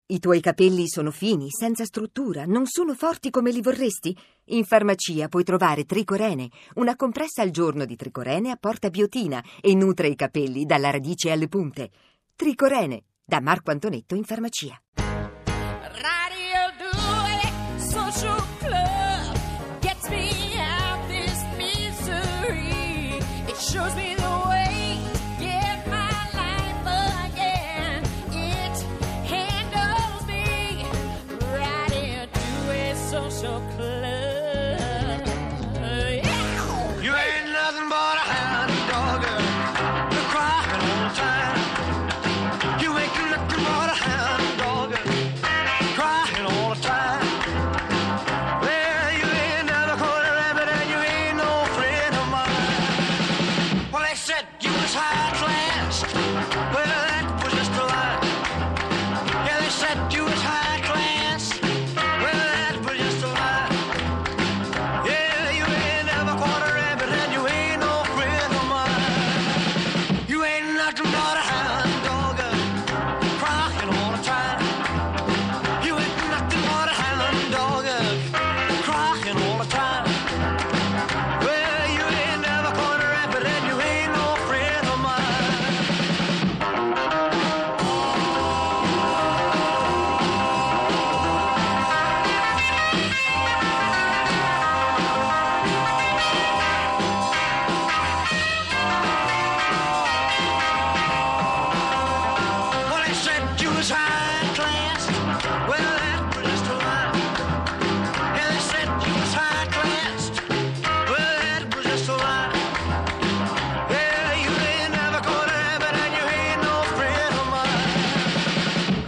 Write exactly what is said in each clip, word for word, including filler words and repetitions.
I tuoi capelli sono fini, senza struttura, non sono forti come li vorresti? In farmacia puoi trovare Tricorene, una compressa al giorno di Tricorene apporta biotina e nutre i capelli dalla radice alle punte. Tricorene, da Marco Antonetto in farmacia. Radio due Social Club gets me out this misery. It shows me the way to get my life again. It handles me. Radio due Social Club. Yeah. You ain't nothing but a hound dog, you're crying all the time. You ain't nothing but a hound dog, crying all the time. Well, you ain't never caught a rabbit and you ain't no friend of mine. Well, they said you was high class. Well, that was just a lie. Yeah, they said you was high class. Well, that was just a lie. Yeah, you ain't never caught a rabbit and you ain't no friend of mine. You ain't nothing but a hound dog, crying all the time. You ain't nothing but a hound dog, crying all the time. Well, you ain't never caught a rabbit and you ain't no friend of mine. Well, they said you was high class. Well, that was just a lie. Yeah, they said you was high class. Well, that was just a lie. Yeah, you ain't never caught a rabbit and you ain't no friend of mine.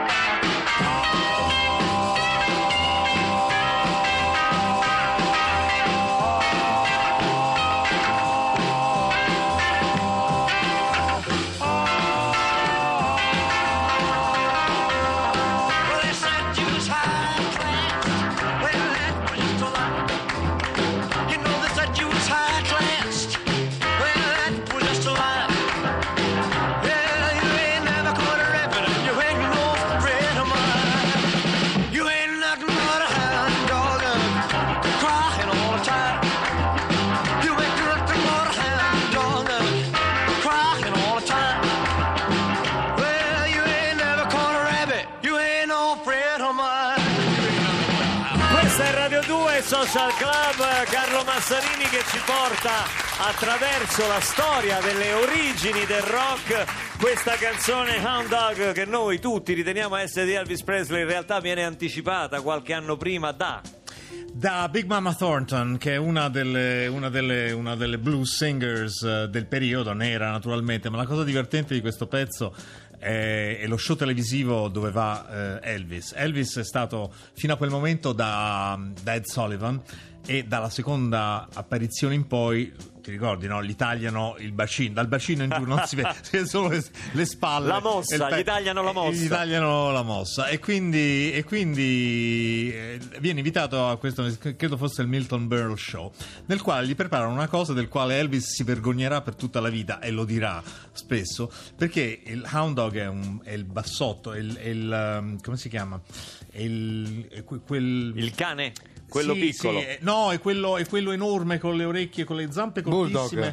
Well, they said you was high class. Well, that was just a lie. You know they said you was high class. Well, that was just a lie. Yeah, you ain't never caught a rabbit and you ain't no friend of mine. You ain't nothing but a hound dog, crying all the time. You ain't nothing but a hound dog, crying all the time. Well, you ain't never caught a rabbit, you ain't no friend of mine. Questa è Radio due Social Club, Carlo Massarini che ci porta attraverso la storia delle origini del rock. Questa canzone Hound Dog, che noi tutti riteniamo essere di Elvis Presley, in realtà viene anticipata qualche anno prima da... Da Big Mama Thornton, che è una delle, una delle, una delle blues singers eh, del periodo, nera naturalmente, ma la cosa divertente di questo pezzo è, è lo show televisivo dove va eh, Elvis. Elvis è stato fino a quel momento da, da Ed Sullivan, e dalla seconda apparizione in poi, ti ricordi, no? Gli tagliano il bacino, dal bacino in giù non si vede, si vede solo le, le spalle, La mossa, e il pe- gli tagliano la mossa. Gli tagliano la mossa e quindi, e quindi eh, viene invitato a questo, credo fosse il Milton Berle Show, nel quale gli preparano una cosa del quale Elvis si vergognerà per tutta la vita e lo dirà spesso, perché il Hound Dog è, un, è il bassotto, è il, è il um, come si chiama? È il, è que- quel... Il cane? Quello Sì, piccolo? sì, eh, no, è quello, è quello enorme con le orecchie, con le zampe cortissime.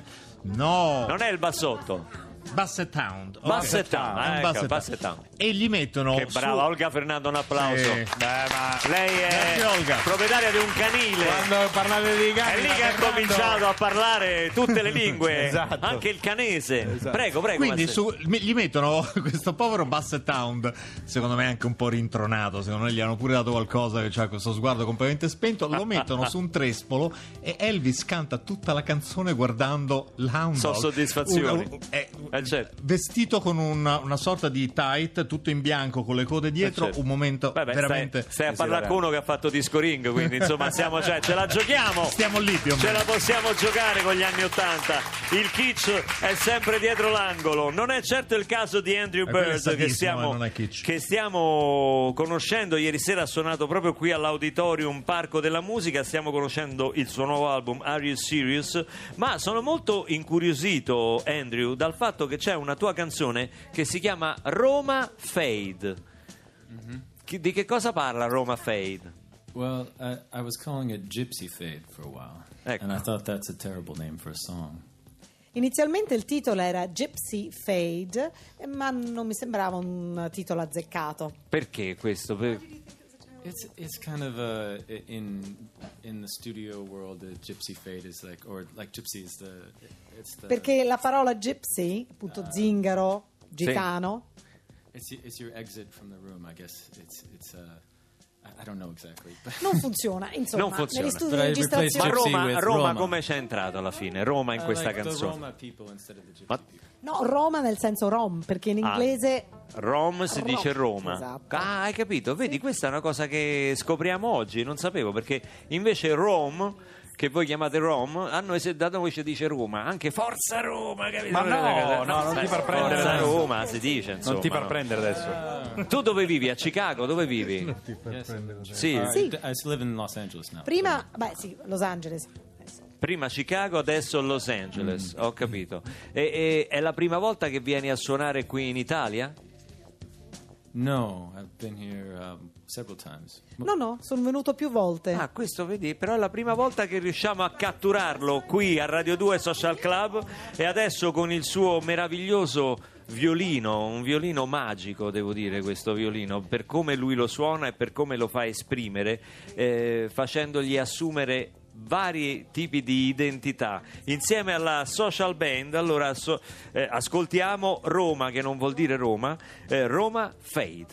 No, Non è il bassotto? Basset Hound. ok. Basset Hound, È un ecco, Basset Basset Hound. Hound. E gli mettono Che brava, su- Olga Fernando, un applauso. Sì. Beh, ma Lei è Grazie, Olga. proprietaria di un canile. quando parlate di È cani, lì che ha Fernando- cominciato a parlare tutte le lingue, Esatto. anche il canese. Esatto. Prego, prego. Quindi Massimo. su- mi- gli mettono questo povero Basset Hound, secondo me anche un po' rintronato, secondo me gli hanno pure dato qualcosa, che ha questo sguardo completamente spento, lo mettono su un trespolo e Elvis canta tutta la canzone guardando l'Hound So Dog. soddisfazioni. Un- un- è- Eh, certo. vestito con una, una sorta di tight, tutto in bianco con le code dietro, Eh, certo. un momento Vabbè, veramente... stai, stai a parlare con uno che ha fatto disco ring, quindi insomma siamo, cioè, ce la giochiamo. Stiamo lì più o Ce meno. la possiamo giocare con gli anni Ottanta. Il kitsch è sempre dietro l'angolo. Non è certo il caso di Andrew Eh, quello è Bird sadismo, che stiamo, eh, non è kitsch. che stiamo conoscendo. Ieri sera ha suonato proprio qui all'Auditorium Parco della Musica. Stiamo conoscendo il suo nuovo album Are You Serious? Ma sono molto incuriosito, Andrew, dal fatto che c'è una tua canzone che si chiama Roma Fade. Chi- di che cosa parla Roma Fade? Well, I, I was calling it Gypsy Fade for a while, Ecco. and I thought that's a terrible name for a song. Inizialmente il titolo era Gypsy Fade, eh, ma non mi sembrava un titolo azzeccato. Perché questo? Per- It's it's kind of a in in the studio world, the Gypsy Fade is like, or like Gypsy is the it's the Perché la parola gypsy, appunto zingaro, gitano, it's it's your exit from the room. I guess it's it's uh I, I don't know exactly. non funziona. Insomma, Non funziona. negli studi But di I replaced Ma registrazione... Gypsy Roma, with Roma Roma. come c'è entrato alla fine? Roma in I questa like the canzone. Roma people instead of the Gypsy Ma- people. No, Roma nel senso rom, perché in Ah. inglese... Rom si Rom, dice Roma. esatto. Ah, hai capito? Vedi, questa è una cosa che scopriamo oggi, non sapevo, perché invece Rome, che voi chiamate Rom, a noi se da noi si dice Roma, anche Forza Roma, capito? Ma no, no, non ti far prendere Forza adesso. Roma si dice, insomma. Non ti far no? prendere adesso. Tu dove vivi? A Chicago? Dove vivi? Sì, Uh, Sì. I, I live in Los Angeles now. Prima, beh sì, Los Angeles. Adesso. prima Chicago, adesso Los Angeles, ho capito. E, e- è la prima volta che vieni a suonare qui in Italia? No, I've been here um, several times. No, no, sono venuto più volte. Ah, questo vedi, però è la prima volta che riusciamo a catturarlo qui a Radio due Social Club, e adesso con il suo meraviglioso violino, un violino magico, devo dire, questo violino, per come lui lo suona e per come lo fa esprimere, eh, facendogli assumere vari tipi di identità insieme alla social band. Allora so- eh, ascoltiamo Roma, che non vuol dire Roma, eh, Roma Fade.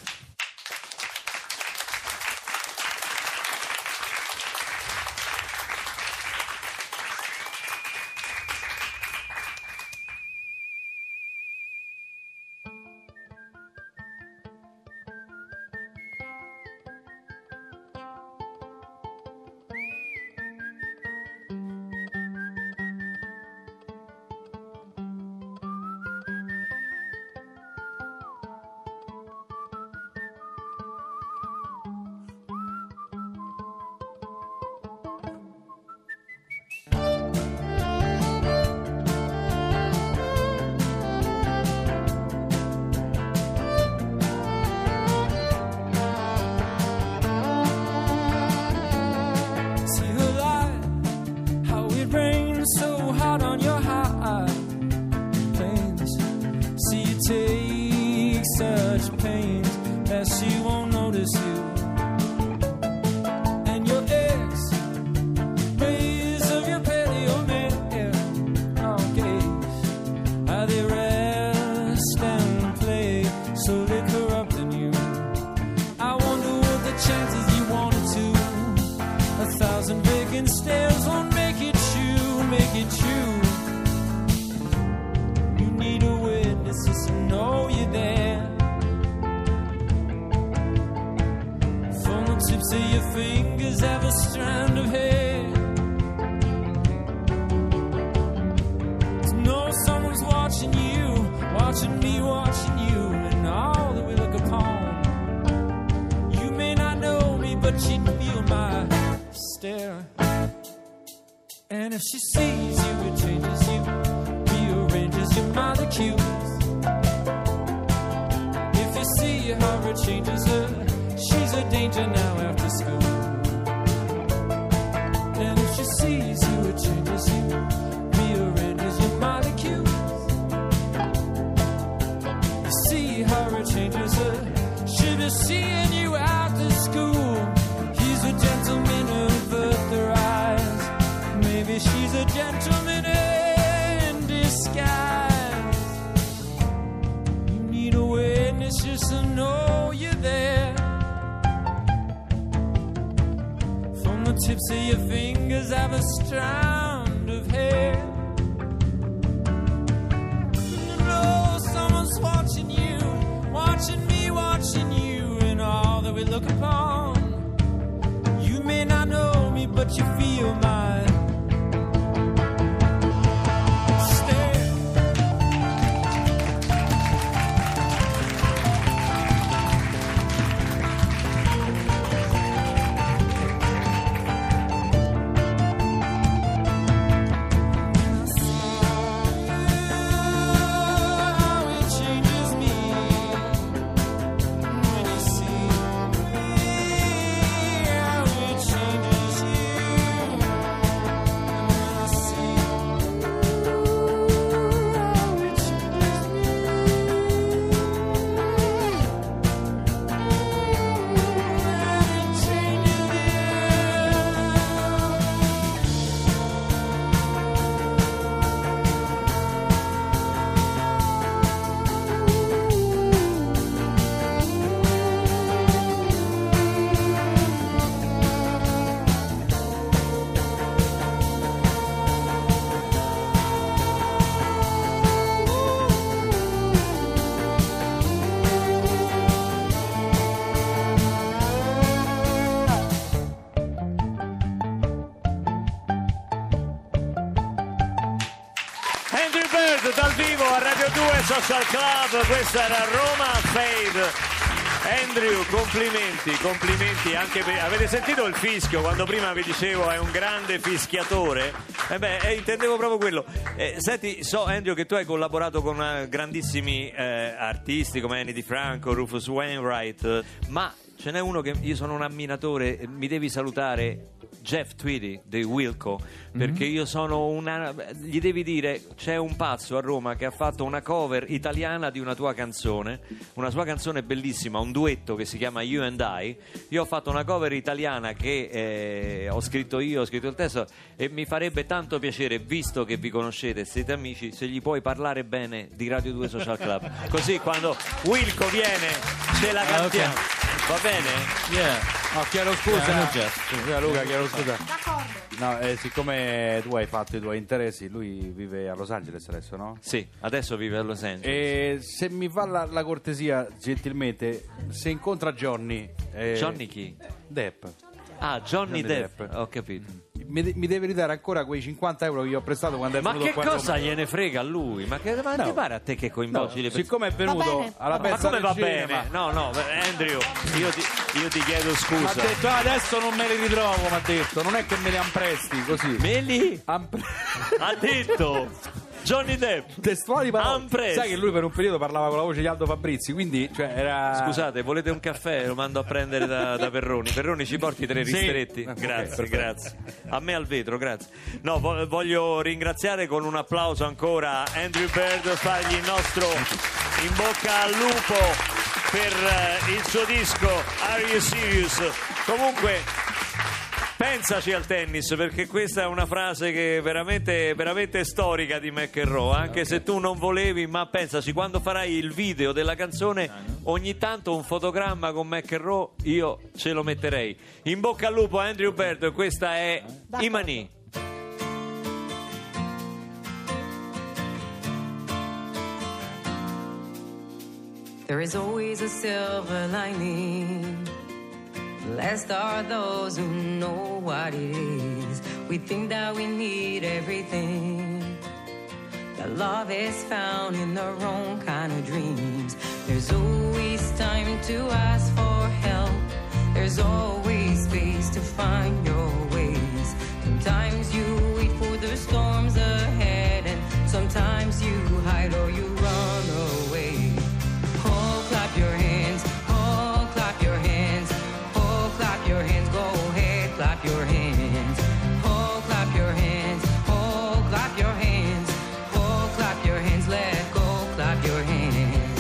See her lie, how it rains so hard on your high plains. See you take such pains that she won't notice you. And your ex rays of your paleo mare, oh gaze, how they rest and play, slowly corrupting you. I wonder what the chances you wanted to. A thousand vacant stares won't make it true, make it true. You need a witness just to know you're there. From the tips of your fingers, have a strand of hair. To know someone's watching you, watching me, watching you, and all that we look upon. You may not know me, but you'd feel my stare. And if she sees you, it changes you, rearranges your molecules. If you see how it changes her, she's a danger now after school. And if she sees you, it changes you, rearranges your molecules. You see how it changes her, she'll be seeing you after school. He's a gentleman of earth eyes. Maybe she's a gentleman in disguise. You need a witness just to know you're there. From the tips of your fingers, have a strand of hair. You know someone's watching you, watching me, watching you, and all that we look upon. You may not know me, but you feel my stare. How it changes me when you see Bird dal vivo a Radio due Social Club, questa era Roma Fade. Andrew, complimenti, complimenti anche per... Avete sentito il fischio quando prima vi dicevo è un grande fischiatore? Eh beh, eh, intendevo proprio quello. Eh, senti, so Andrew che tu hai collaborato con uh, grandissimi eh, artisti come Annie DiFranco, Rufus Wainwright, eh, ma ce n'è uno che io sono un ammiratore, mi devi salutare, Jeff Tweedy dei Wilco, perché io sono una... gli devi dire, c'è un pazzo a Roma che ha fatto una cover italiana di una tua canzone, una sua canzone bellissima, un duetto che si chiama You and I. Io ho fatto una cover italiana che eh, ho scritto io, ho scritto il testo, e mi farebbe tanto piacere, visto che vi conoscete, siete amici, se gli puoi parlare bene di Radio due Social Club, così quando Wilco viene ce la cantiamo. Va bene? Yeah. No, chiedo scusa, Yeah. no, Jeff. Scusa, Luca, chiedo scusa. D'accordo. No, eh, siccome tu hai fatto i tuoi interessi, lui vive a Los Angeles adesso, no? Sì, adesso vive a Los Angeles. E se mi fa la, la cortesia, gentilmente, se incontra Johnny... eh, Johnny chi? Depp. Ah, Johnny, Johnny Depp. Depp. Ho capito. Mi, mi deve ridare ancora quei cinquanta euro che gli ho prestato quando è Ma venuto che qua. cosa gliene frega a lui? Ma che ma No. ti pare a te che No, coinvolgi le persone? siccome è Va venuto bene, alla va bene. Ma pezza come del va cinema, bene? No, no, Andrew, io ti, io ti chiedo mi ha scusa. detto "Ah, adesso non me li ritrovo", mi ha detto, non è che me li han presti così. Meli Han pre- ha detto Johnny Depp. testuali parole. Han presti. Sai che lui per un periodo parlava con la voce di Aldo Fabrizi, quindi cioè era... Scusate, volete un caffè? Lo mando a prendere da, da Perroni. Perroni, ci porti tre Sì. ristretti? Ok, Grazie, perfetto. grazie. A me al vetro, grazie. No, vo- voglio ringraziare con un applauso ancora Andrew Bird, fargli il nostro in bocca al lupo per eh, il suo disco Are You Serious? Comunque pensaci al tennis, perché questa è una frase che è veramente, veramente storica di McEnroe, anche se tu non volevi, ma pensaci, quando farai il video della canzone ogni tanto un fotogramma con McEnroe io ce lo metterei. In bocca al lupo a Andrew Bird, questa è Imani. There is always a silver lining. Blessed are those who know what it is. We think that we need everything. That love is found in the wrong kind of dreams. There's always time to ask for help. There's always space to find your ways. Sometimes you wait for the storms ahead, and sometimes you hide or you run away. Oh, clap your hands. Oh, clap your hands. Oh, clap your hands. Go ahead, clap your hands. Oh, clap your hands. Oh, clap your hands. Oh, clap your hands. Let go, clap your hands.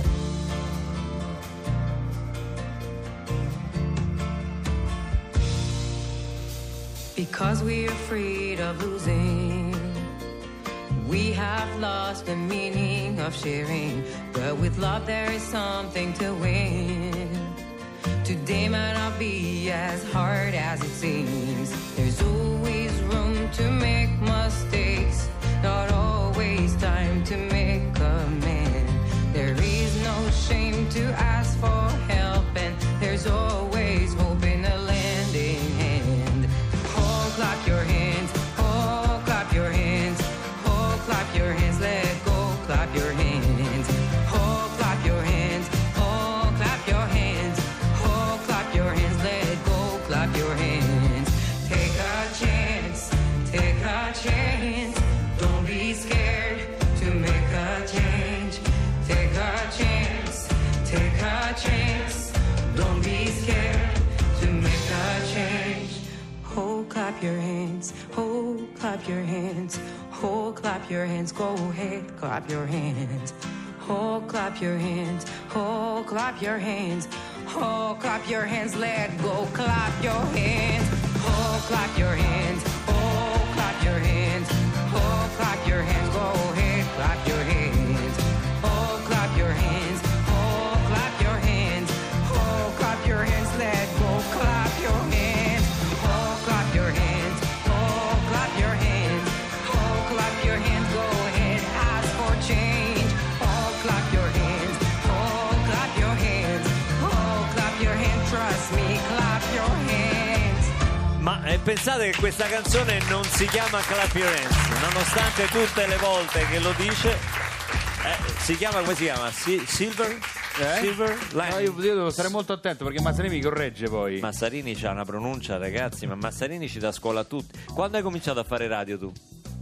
Because we're afraid of losing, we have lost the meaning of sharing. But with love there is something to win. Today might not be as hard as it seems. There's always room to make mistakes, not always time to make amends. There is no shame to ask for help, and there's always hope in a lending hand. Oh, clap your hands. Oh, clap your hands. Oh, clap your hands. Let go, clap your hands. Oh, clap your hands. Oh, clap your hands. Oh, clap your hands. Let go, clap your hands. Take a chance. Take a chance. Don't be scared to make a change. Take a chance. Take a chance. Don't be scared to make a change. Oh, clap your hands. Oh, clap your hands. Oh, clap your hands. Go ahead, clap your hands. Oh, clap your hands. Oh, clap your hands. Oh, clap your hands. Let go, clap your hands. Oh, clap your hands. Oh, clap your hands. Oh, clap your hands. Go ahead, clap your hands. Oh, clap your hands. Oh, clap your hands. Oh, clap your hands. Let go, clap your hands. Oh, clap your hands. Oh, clap your hands. Oh, clap your hands. Go ahead, ask for change. Oh, clap your hands. Oh, clap your hands. Oh, clap your hands. Trust me, clap your hands. Ma eh, pensate che questa canzone non si chiama Clap Your Hands, nonostante tutte le volte che lo dice, eh, si chiama, come si chiama? Si- Silver? Eh? Silver No, Lining. io, io devo stare molto attento perché Mazzarini mi corregge poi. Massarini c'ha una pronuncia, ragazzi, ma Massarini ci dà scuola a tutti. Quando hai cominciato a fare radio tu?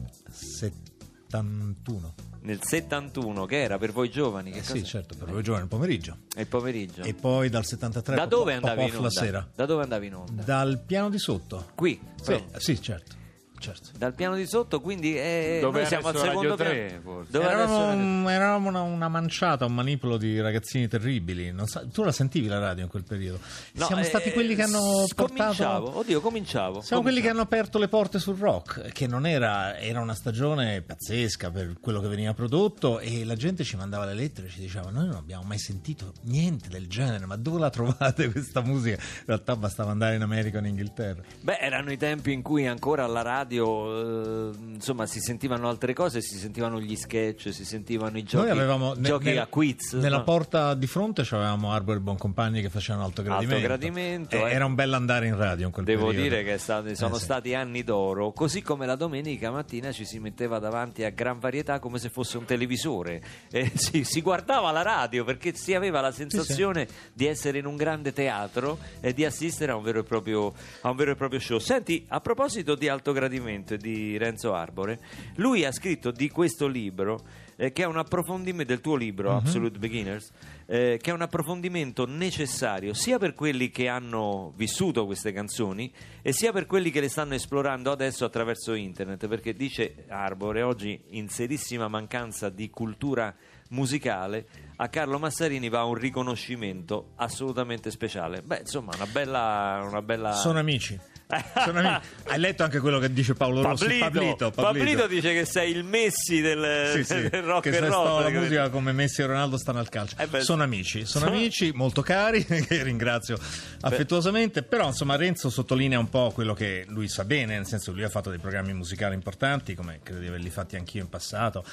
settantuno. Nel settantuno, che era per voi giovani? Che Eh cosa? sì, certo, per voi giovani il pomeriggio. È il pomeriggio. E poi dal settantatré Da dove pop- andavi in pop-off onda? la sera. Da dove andavi in onda? Dal piano di sotto. Qui? Sì, Però. sì, certo. certo. Dal piano di sotto, quindi eh, Dove noi siamo al adesso secondo Radio piano. tre, forse. Dove adesso Eravamo, Radio- un- eravamo una, una manciata, un manipolo di ragazzini terribili. Non sa- tu la sentivi la radio in quel periodo? No, Siamo eh, stati quelli che hanno cominciavo, portato. oddio, cominciavo. Siamo quelli che cominciavo. hanno aperto le porte sul rock, che non era, era una stagione pazzesca per quello che veniva prodotto, e la gente ci mandava le lettere e ci diceva: noi non abbiamo mai sentito niente del genere, ma dove la trovate questa musica? In realtà bastava andare in America o in Inghilterra. Beh, erano i tempi in cui ancora alla radio, eh, insomma, si sentivano altre cose, si sentivano gli sketch, si sentivano i giochi, Noi avevamo ne- giochi nel- a quiz. nella no? porta di fronte c'avevamo Arbor e Boncompagni che facevano alto gradimento. Alto gradimento, E eh. Era un bel andare in radio in quel Devo periodo. dire che è stati- sono Eh, sì. stati anni d'oro, così come la domenica mattina ci si metteva davanti a Gran Varietà come se fosse un televisore, e si, si guardava la radio perché si aveva la sensazione di essere in un grande teatro e di assistere a un vero e proprio, a un vero e proprio show. Senti, a proposito di alto gradimento e di Renzo Arbore, lui ha scritto di questo libro eh, che è un approfondimento del tuo libro, Absolute Beginners, eh, che è un approfondimento necessario sia per quelli che hanno vissuto queste canzoni e sia per quelli che le stanno esplorando adesso attraverso internet, perché dice Arbore, oggi in serissima mancanza di cultura musicale, a Carlo Massarini va un riconoscimento assolutamente speciale. Beh, insomma, una bella, una bella... Sono amici. Sono amici. Hai letto anche quello che dice Paolo Rossi? Pablito, Pablito, Pablito dice che sei il Messi del, Sì, sì, del rock che and se sta roll. la musica come Messi e Ronaldo stanno al calcio. Eh beh, sono amici, sono sono- amici molto cari, che ringrazio affettuosamente, però insomma Renzo sottolinea un po' quello che lui sa bene, nel senso che lui ha fatto dei programmi musicali importanti, come credo di averli fatti anch'io in passato,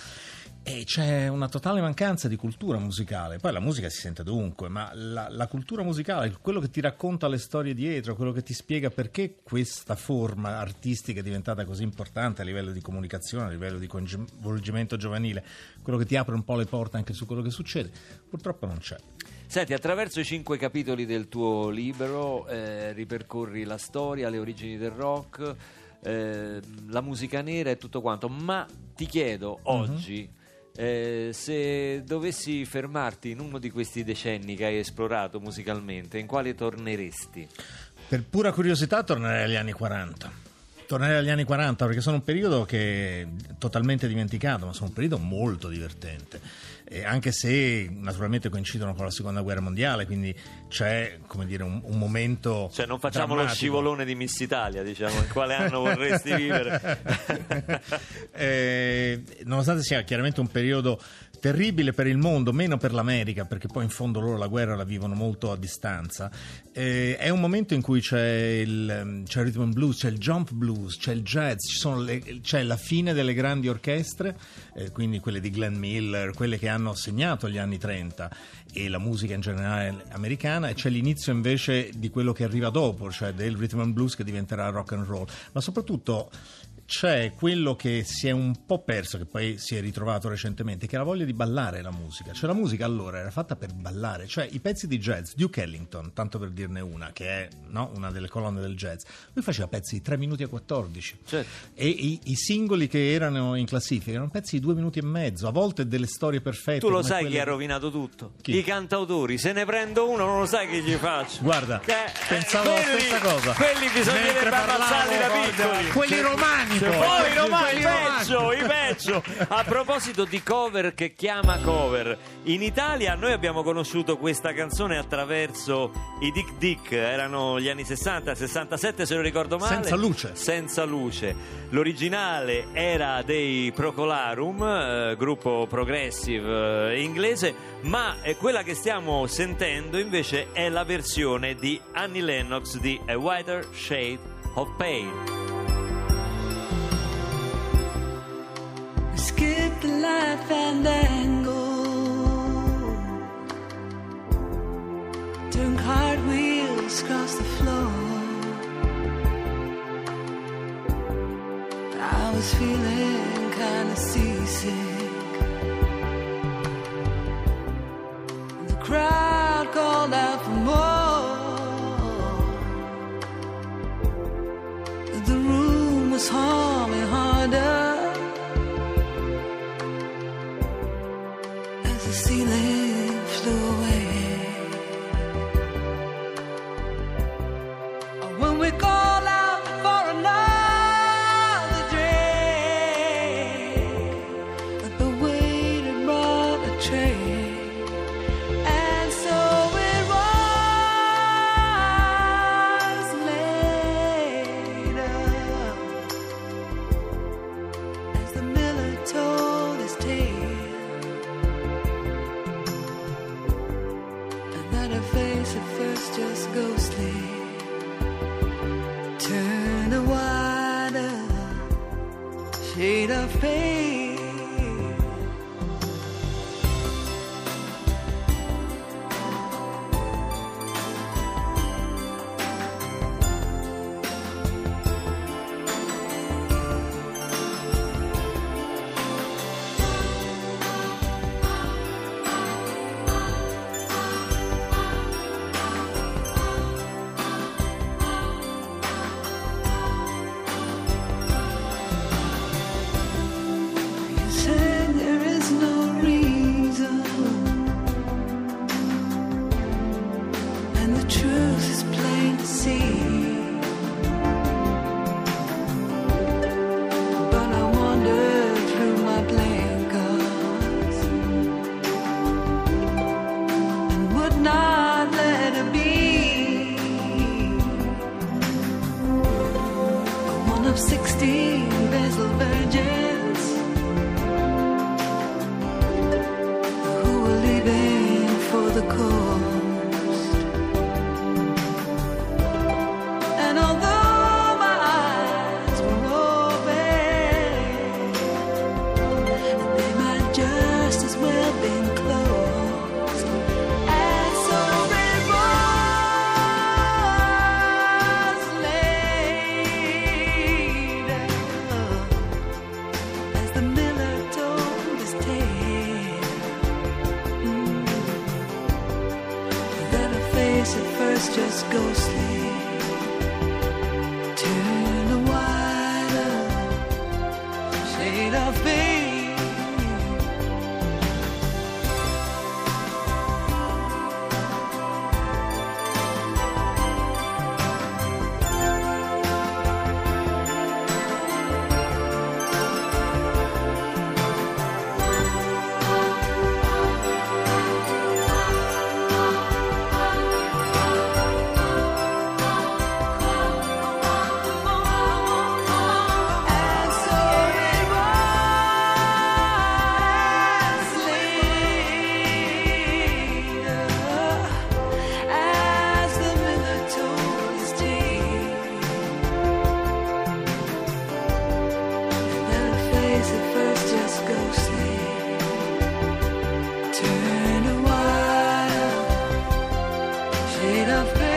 e c'è una totale mancanza di cultura musicale. Poi la musica si sente dovunque, ma la, la cultura musicale, quello che ti racconta le storie dietro, quello che ti spiega perché questa forma artistica è diventata così importante a livello di comunicazione, a livello di coinvolgimento giovanile, quello che ti apre un po' le porte anche su quello che succede, purtroppo non c'è. Senti, attraverso i cinque capitoli del tuo libro eh, ripercorri la storia, le origini del rock, eh, la musica nera e tutto quanto, ma ti chiedo oggi, eh, se dovessi fermarti in uno di questi decenni che hai esplorato musicalmente, in quale torneresti? Per pura curiosità tornerei agli anni quaranta. Tornerei agli anni quaranta perché sono un periodo che è totalmente dimenticato, ma sono un periodo molto divertente. E anche se naturalmente coincidono con la seconda guerra mondiale, quindi c'è, come dire, un, un momento. Cioè non facciamo lo drammatico. scivolone di Miss Italia, diciamo, in quale anno vorresti vivere? eh, nonostante sia chiaramente un periodo terribile per il mondo, meno per l'America, perché poi in fondo loro la guerra la vivono molto a distanza, eh, è un momento in cui c'è il, c'è il rhythm and blues, c'è il jump blues, c'è il jazz, ci sono le, c'è la fine delle grandi orchestre, eh, quindi quelle di Glenn Miller, quelle che hanno segnato gli anni trenta e la musica in generale americana, e c'è l'inizio invece di quello che arriva dopo, cioè del rhythm and blues che diventerà rock and roll, ma soprattutto c'è quello che si è un po' perso, che poi si è ritrovato recentemente, che è la voglia di ballare la musica. Cioè la musica allora era fatta per ballare, cioè i pezzi di jazz, Duke Ellington, tanto per dirne una, che è no, una delle colonne del jazz, lui faceva pezzi di tre minuti e quattordici, Certo. e i, i singoli che erano in classifica erano pezzi di due minuti e mezzo, a volte delle storie perfette. Tu lo come sai quelle chi ha che- rovinato tutto? Chi? I cantautori. Se ne prendo uno non lo sai che gli faccio. Guarda, Eh, pensavo la quelli- stessa cosa. Quelli bisognerebbe Mentre ammazzarli da parlavo, piccoli. quelli romani poi. Poi i romani, i Quelli romani. peggio, i peggio. A proposito di cover che chiama cover, in Italia noi abbiamo conosciuto questa canzone attraverso i Dick Dick, erano gli anni sessanta, sessantasette se non ricordo male. Senza luce. Senza luce. L'originale era dei Procolarum, eh, gruppo progressive eh, inglese, ma eh, quella che stiamo sentendo invece è la versione di Annie Lennox di A Whiter Shade of Pale. Skip the life and angle, doing cartwheels across the floor. I was feeling kind of seasick. The crowd called out for more. The room was humming harder as the ceiling flew away. When we call out for another drink, but the waiter brought a tray, and so it was later as the miller told his tale, and that her face at first just ghostly turn a wider shade of pale. Said there is no reason, and the truth is plain to see. But I wander through my blankets and would not let it be. One of sixteen Basil virgins who were leaving for the coast. And although my eyes were open, they might just as well been closed. And so it was later as the miller told his tale, that her face at first just ghostly turned a wider shade of pale. And so it was later as the miller told his tale, that her face at first just ghostly turned a wild shade of pale.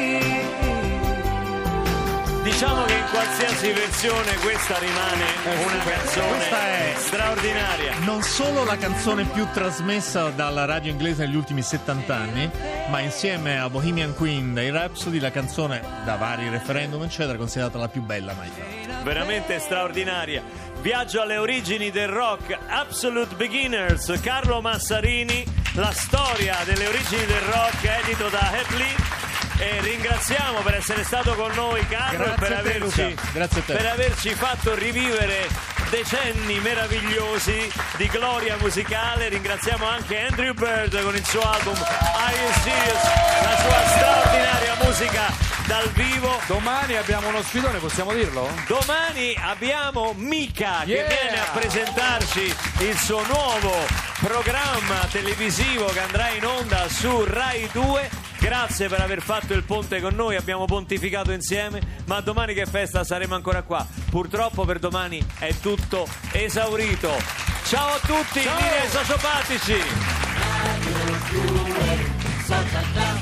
Diciamo che in qualsiasi versione questa rimane una canzone Questa è- straordinaria. Non solo la canzone più trasmessa dalla radio inglese negli ultimi settanta anni, ma insieme a Bohemian Queen dei Rhapsody, la canzone da vari referendum eccetera considerata la più bella mai fatta. Veramente straordinaria. Viaggio alle origini del rock, Absolute Beginners, Carlo Massarini, la storia delle origini del rock, edito da Headley. E ringraziamo per essere stato con noi, Carlo, e Grazie per a te, averci, Luca. Grazie a te. per averci fatto rivivere decenni meravigliosi di gloria musicale. Ringraziamo anche Andrew Bird con il suo album Are You Serious, la sua straordinaria musica dal vivo. Domani abbiamo uno sfidone, possiamo dirlo? Domani abbiamo Mika Yeah! che viene a presentarci il suo nuovo programma televisivo che andrà in onda su Rai due. Grazie per aver fatto il ponte con noi, abbiamo pontificato insieme, ma domani che festa saremo ancora qua. Purtroppo per domani è tutto esaurito. Ciao a tutti, linee sociopatici.